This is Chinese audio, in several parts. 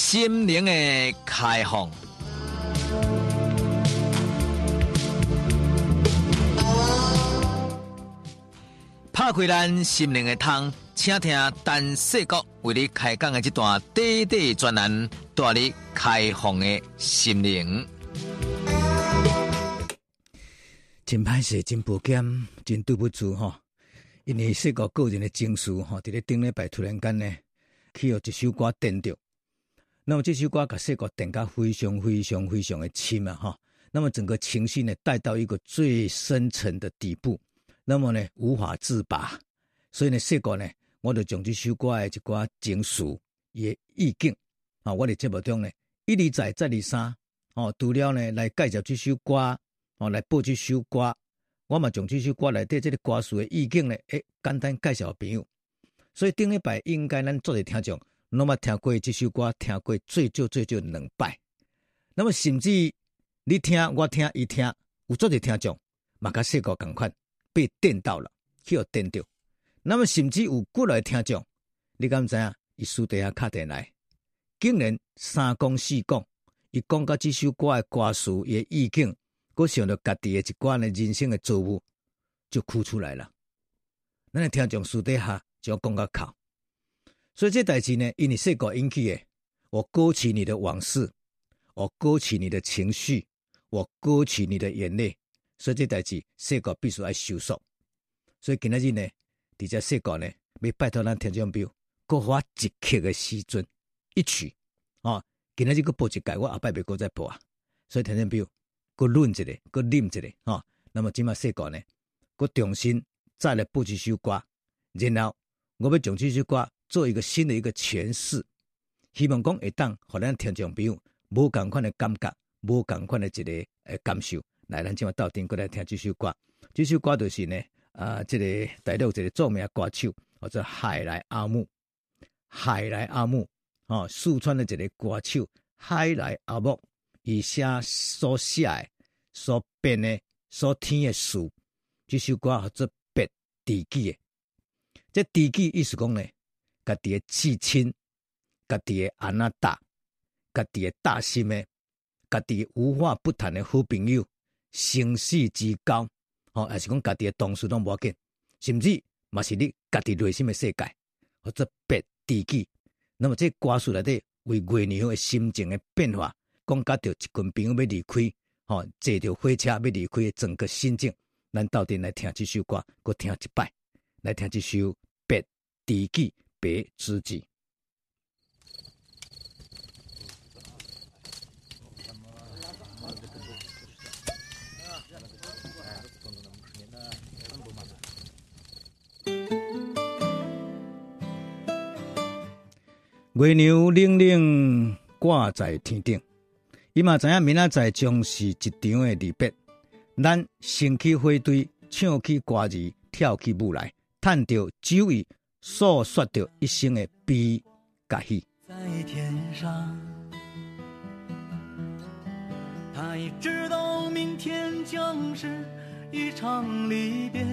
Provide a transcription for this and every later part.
心灵的开放。拍开咱心灵的窗，请听陈世国为你开讲的这段短短专栏，带你开放的心灵。 真歹势，真抱歉，真对不住吼。因为世国个人的情绪吼，伫咧顶礼拜突然间呢，去有一首歌电着。那么这首歌甲世国电甲非常非常非常的深啊哈。那么整个情绪呢带到一个最深层的底部，那么呢无法自拔。所以呢世国呢，我就将这首歌的一寡情绪伊的意境啊，我伫节目中呢一而再再而三哦，除了呢来介绍这首歌哦，来播这首歌。我嘛将这首歌内底这个歌词的意境呢，简单介绍朋友。所以顶礼拜应该咱做者听众，拢捌听过这首歌，听过最少2摆。那么甚至你听我听伊听，有做者听众嘛甲世国同款被电到了，去互电到。那么甚至有过来听众，你敢知影？伊私底下敲电来，竟然3讲4讲，伊讲到这首歌的歌词伊的意境。我想到家己的一寡的人生的遭遇，就哭出来了。咱的听众私底下就要讲到哭，所以这代志呢，因为世国引起的，我勾起你的往事，我勾起你的情绪，我勾起你的眼泪，所以这代志世国必须要收束。所以今仔日呢，伫这世国呢，要拜托咱听众朋友，搁花一刻的时阵，一曲哦，今仔日搁播一届，我后摆袂搁再播啊。所以听众朋友。搁论一个，搁啉一个，吼。那么今嘛世国呢，搁重新再来播这首歌，然后我要将这首歌做一个新的一个诠释，希望讲会当，互咱听众朋友无同款的感觉，无同款的一个感受。来，咱今嘛斗阵过来听这首歌。这首歌就是呢，这个大陆一个著名的歌手，叫做海来阿木，海来阿木，哦，四川的一个歌手，海来阿木。伊所写的、所编的、所听的词，这首歌叫做别知己的。这知己意思讲呢，家己的至亲、家己的安那大、家己的大心的、家己无话不谈的好朋友、生死之交，还是讲家己的同事拢无要紧，甚至嘛是你家己内心的世界，或者别知己。那么这歌词内底为月娘的心情的变化。讲到着一群朋友要离开，坐着火车要离开的整个心境，咱到底来听这首歌，搁听一摆，来听这首《别知己别知己》。月娘冷冷挂在天顶。伊嘛知影明仔载将是一场的离别，咱升起火堆，唱起歌儿，跳起舞来，叹着酒意，诉说着一生的悲甲喜。 在天上，他已知道明天将是一场离别。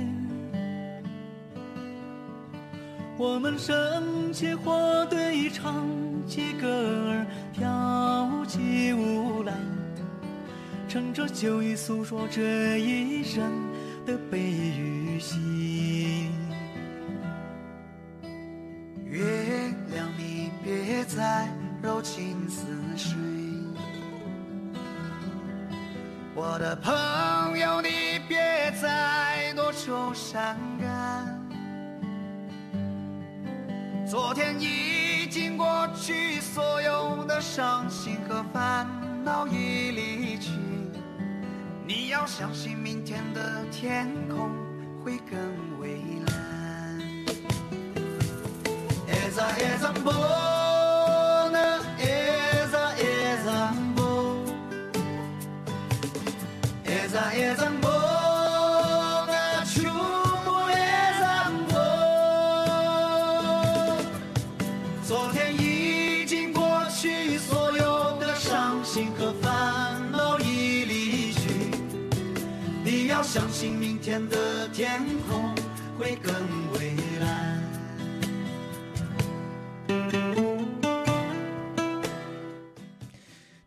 我们升起火堆，唱起歌儿，跳起舞来，趁着酒意诉说这一生的悲与喜。 月亮你别再柔情似水，我的朋友你别再多愁善感。昨天已经过去，所有的伤心和烦恼已离去。你要相信明天的天空会更蔚蓝。Eza eza mbona, eza eza mbona, eza eza mbona.相信明天的天空会更蔚蓝。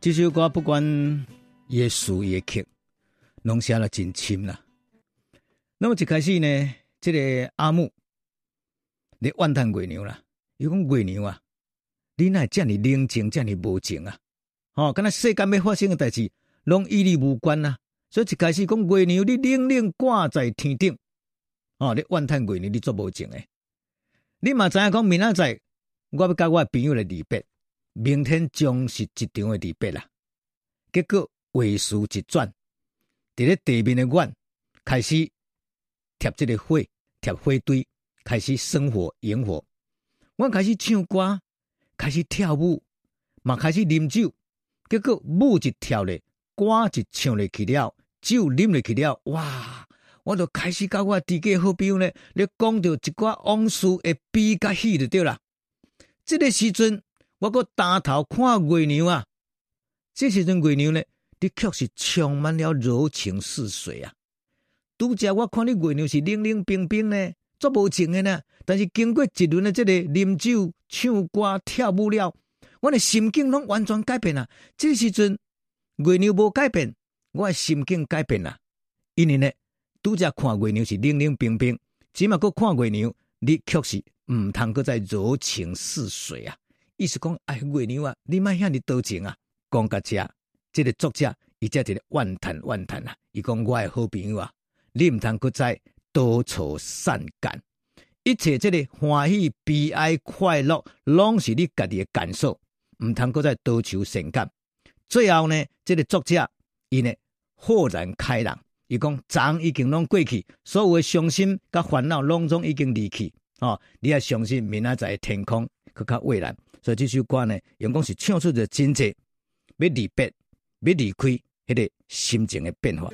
这首歌不管伊的词伊的曲，拢写了真深啦。那么一开始呢，这个阿木咧怨叹月娘啦，伊讲月娘啊，你哪会这么冷静，这么无情啊？敢若世间要发生的代志，拢与你无关啊。所以一开始讲月娘，你冷冷挂在天顶，你怨叹月娘，你做无情诶。你嘛知影讲明仔载，我要甲我的朋友来离别，明天将是一场的离别啦。结果话事一转，伫咧地面的阮开始贴这个火，贴火堆，开始生火引火。我开始唱歌，开始跳舞，嘛开始啉酒。结果舞一跳咧，歌一唱咧去了，酒啉咧去了，哇！我就开始甲我知己好朋友咧，咧讲到一寡往事的悲甲喜就对啦。这个时阵，我搁抬头看月娘啊，这时阵月娘咧，的确是充满了柔情似水啊。拄则我看你月娘是冷冷冰冰呢，足无情的呢。但是经过一轮的这个啉酒、唱歌、跳舞了，我的心境拢完全改变啦。这时阵月娘无改变，我的心境改变啦。因为呢，拄则看月娘是冷冷冰冰，只嘛搁看月娘，你确实唔通搁再柔情似水啊。意思讲，哎，月娘啊，你莫遐尼多情啊。讲到这个作者伊才伫咧怨叹啊。伊讲我的好朋友啊，你唔通搁再多愁善感，一切这个欢喜、悲哀、快乐，拢是你家己的感受，唔通搁再多愁善感。最后呢，这个作者伊呢豁然开朗，伊讲昨已经拢过去，所有的伤心甲烦恼拢总已经离去。你也相信明仔载的天空更较蔚蓝。所以这首歌呢，用讲是唱出着真济要离别、要离开迄个心情的变化。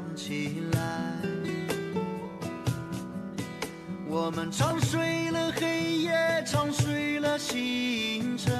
我们唱睡了黑夜，唱睡了星辰，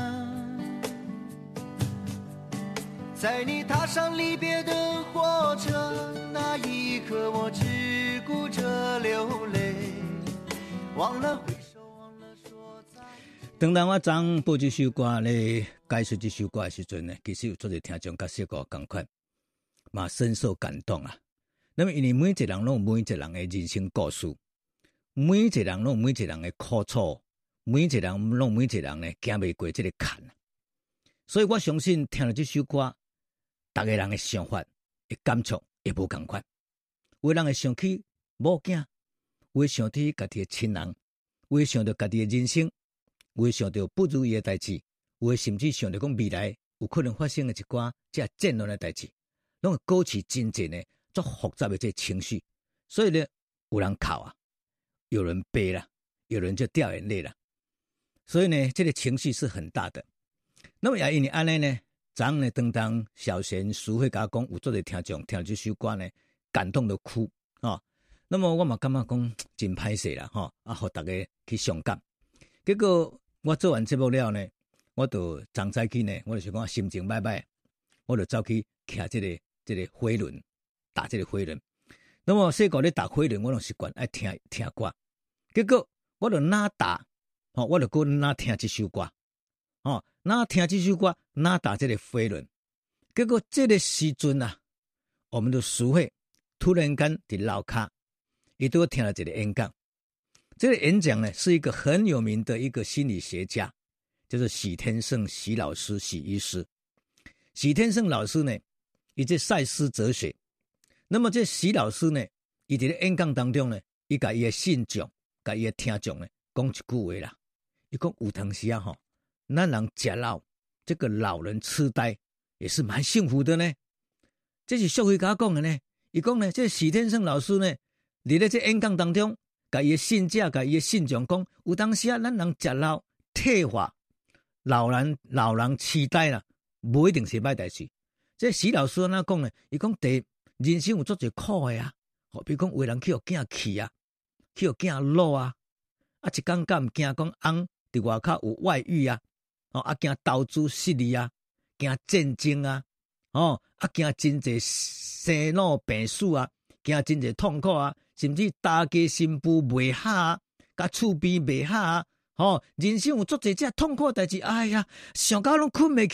在你踏上离别的火车，那一刻我只顾着流泪，忘了回首，忘了说再当当我昨播这首歌咧，解说这首歌的时阵呢，其实有做者听众甲说过同款，嘛深受感动啊。那么因为每一个人拢有每一个人的人生故事。每一个人拢有每一个人的苦楚，每一个人拢有每一个人呢行袂过这个坎，所以我相信听了这首歌，大家人的想法、的感触也无同款。有人会想起某囝，有会想起家己的亲人，有会想到家己的人生，有会想到不如意的代志，有会甚至想到讲未来有可能发生的一寡这战乱的代志，拢会勾起真正呢足复杂的这情绪。所以呢，有人哭啊。有人悲了，有人就掉眼泪了，所以呢，这个情绪是很大的。那么也因为安尼呢，昨呢当小贤书会甲讲，有做者听众听这首歌呢，感动的哭啊。那么我嘛感觉讲真歹势啦，互大家去伤感。结果我做完节目了呢，我就昨早起呢，我就想讲心情歹歹，我就走去徛这个火轮，打这个火轮。那么细个咧打火轮，我拢习惯爱听歌。结果我就哪打，我就搁哪听这首歌，哪听这首歌，哪打这个飞轮。结果这个时阵啊，我们的书会突然间伫楼骹，伊都听了一个演讲。这个演讲呢，是一个很有名的一个心理学家，就是许天胜许老师许医师。许天胜老师呢，伊这赛斯哲学。那么这许老师呢，伊伫咧演讲当中呢，伊甲伊的信众。甲伊的听众呢，讲一句话啦。伊讲有当时啊，咱人食老，这个老人痴呆也是蛮幸福的呢。这是社会家讲的呢。伊讲呢，这许天胜老师呢，伫咧这演讲当中，甲伊的信者、甲伊的信众讲，有当时啊，咱人食老退化，老人痴呆啦，无一定是歹代志。这许老师安怎讲呢？伊讲人生有足侪苦的啊，比如讲为人去互囝气啊。去有囝老啊，一天敢惊讲翁伫外口有外遇啊，惊投资失利啊，惊战争啊，惊真侪生老病死啊，惊真侪痛苦啊，甚至大家新妇袂合啊，甲厝边袂合啊，人生有足侪这痛苦的代志，哎呀，想到拢困袂去，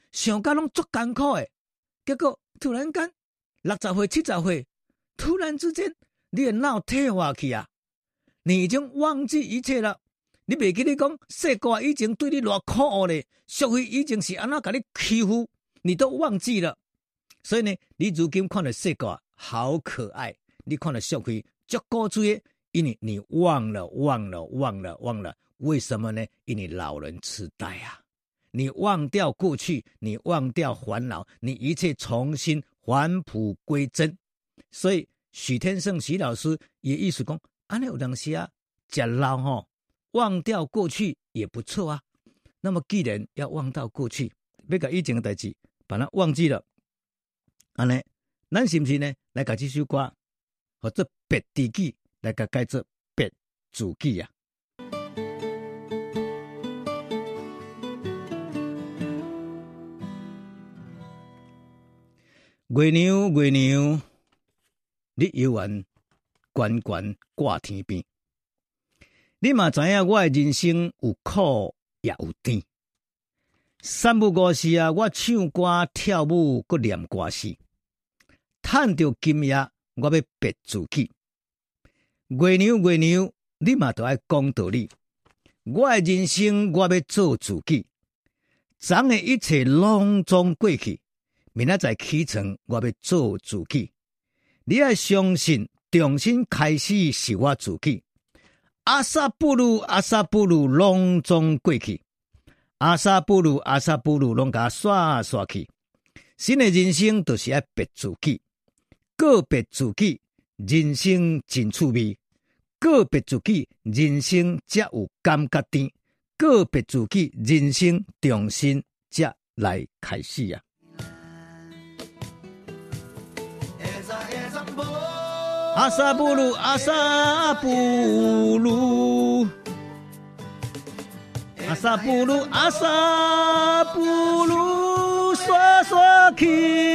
想甲拢足艰苦诶，结果突然间60岁、70岁，突然之间你的脑退化去啊！你已经忘记一切了。你袂记得讲世界以前对你偌可恶咧，社会以前是安怎甲你欺负，你都忘记了。所以呢，你如今看到世界好可爱，你看到社会足古锥的，因为你忘了。为什么呢？因为老人痴呆啊！你忘掉过去，你忘掉烦恼，你一切重新返璞归真。所以许天胜许老师也意思讲，安尼有当时啊，食老吼。忘掉过去也不错啊。那么既然要忘掉过去，要把以前的代志把它忘记了，安尼，咱是不是呢？来把这首歌或者别知己来甲改做别自己啊？月娘月娘，你犹原悬悬挂天边。你嘛知影我的人生有苦也有甜，三不五时啊，我唱歌跳舞搁念歌词，趁着今夜我要别自己。月娘月娘，你嘛都爱讲道理，我的人生我要做自己，昨的一切拢总过去，明仔载启程我要做自己。你要相信，重新开始是我自己。阿萨布鲁拢总过去，阿萨布鲁拢甲刷刷去。新的人生就是要别自己，个别自己，人生真趣味；个别自己，人生才有感觉甜；个别自己，人生重新才来开始啊！阿萨布鲁，阿萨布鲁，阿萨布鲁，阿萨布鲁，刷刷去。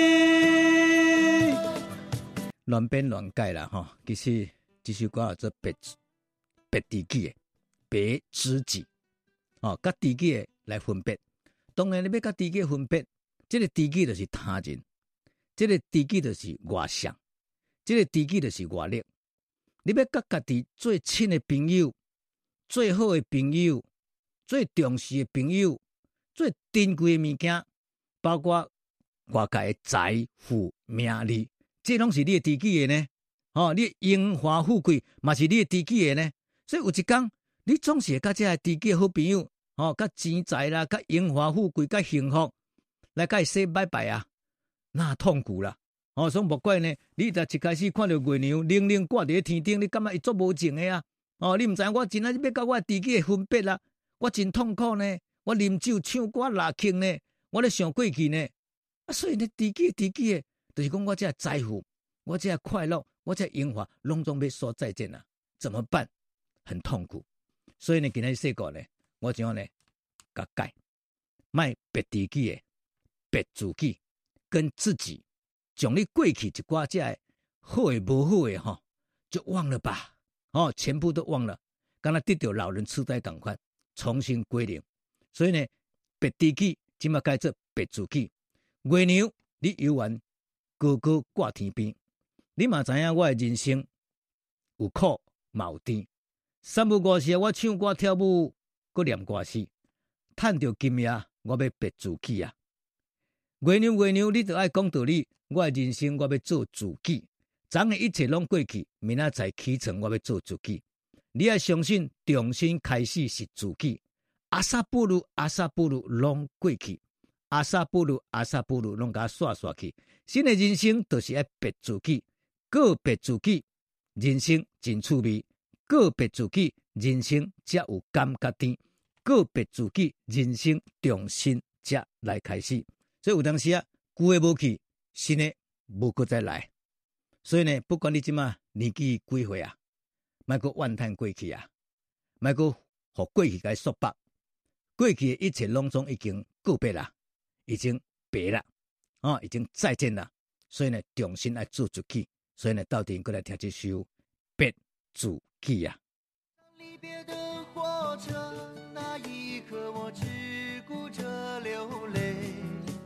乱编乱改啦吼，其实这首歌叫做别知己的，别知己，哦，甲知己的来分别。当然你要甲知己分别，这个知己就是他人，这个知己就是外向。这个知己就是外力，你要甲家己最亲的朋友、最好的朋友、最重视的朋友、最珍贵的物件，包括外界的财富、名利，这拢是你的知己的呢。哦，你的荣华富贵嘛是你的知己的呢。所以有一天，你总是会甲这个知己的好朋友，哦，甲钱财啦、甲荣华富贵、甲幸福，来甲伊说拜拜啊，那痛苦啦。哦，所以莫怪呢，你若一开始看到月娘冷冷挂伫天顶，你感觉伊足无情的啊？哦，你毋知影我真仔要甲我知己分别啦，我真痛苦呢，我啉酒唱歌拉磬呢，我咧想过去呢。啊，所以呢，知己的，就是讲我这财富，我这快乐，我这荣华，拢总要说再见啦，怎么办？很痛苦。所以呢，今日说过呢，我怎样呢？甲改，卖别知己的，别自己，跟自己。将你过去一寡这好的无好的吼，就忘了吧，哦，全部都忘了，刚才得到老人痴呆同款，重新归零。所以呢，别知己即马改做别自己。月娘，你犹原高高挂天边，你嘛知影我的人生有苦嘛有甜。三不五时，我唱歌跳舞，搁念歌词，趁着今夜我要别自己啊！月娘，你就爱讲道理。我的人生我要做自己，昨的一切拢过去，明仔载启程我要做自己。你要相信，重新开始是自己。阿萨布鲁拢过去，阿萨布鲁拢甲刷刷去。新的人生就是要别自己，个别自己，人生真趣味；个别自己，人生才有感觉甜；个别自己，人生重新才来开始。所以有当时啊，旧的无去。新的无搁再来，所以呢，不管你即马年纪几岁啊，莫搁怨叹过去啊，莫搁互过去甲伊束缚，过去的一切拢总已经告别啦，已经别啦，哦，已经再见啦，所以呢，重新来做自己，所以呢，到底过来听这首别自己啊。 离别的火车，那一刻我只顾着流泪。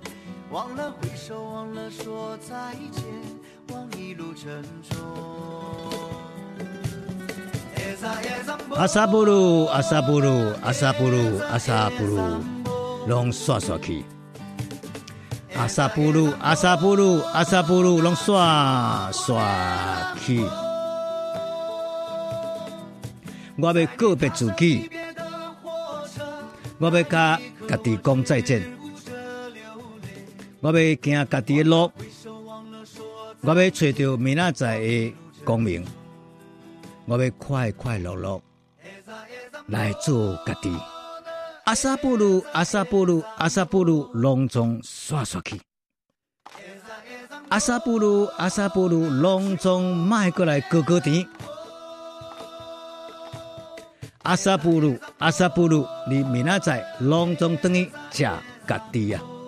忘了挥手，忘了说再见，忘一路沉重。 阿萨布鲁，阿萨布鲁，阿萨布鲁，阿萨布鲁，拢刷刷去。阿萨布鲁，阿萨布鲁，阿萨布鲁，拢刷刷去。我要告别自己，我要甲家己讲再见，我要行家己的路，我要找到明仔载的光明，我要快快乐乐来做家己。阿萨布鲁，阿萨布鲁，阿萨布鲁，拢总刷刷去。阿萨布鲁，阿萨布鲁，拢总卖过来高高甜。阿萨布鲁，阿萨布鲁，你明仔载拢总等于吃家己啊！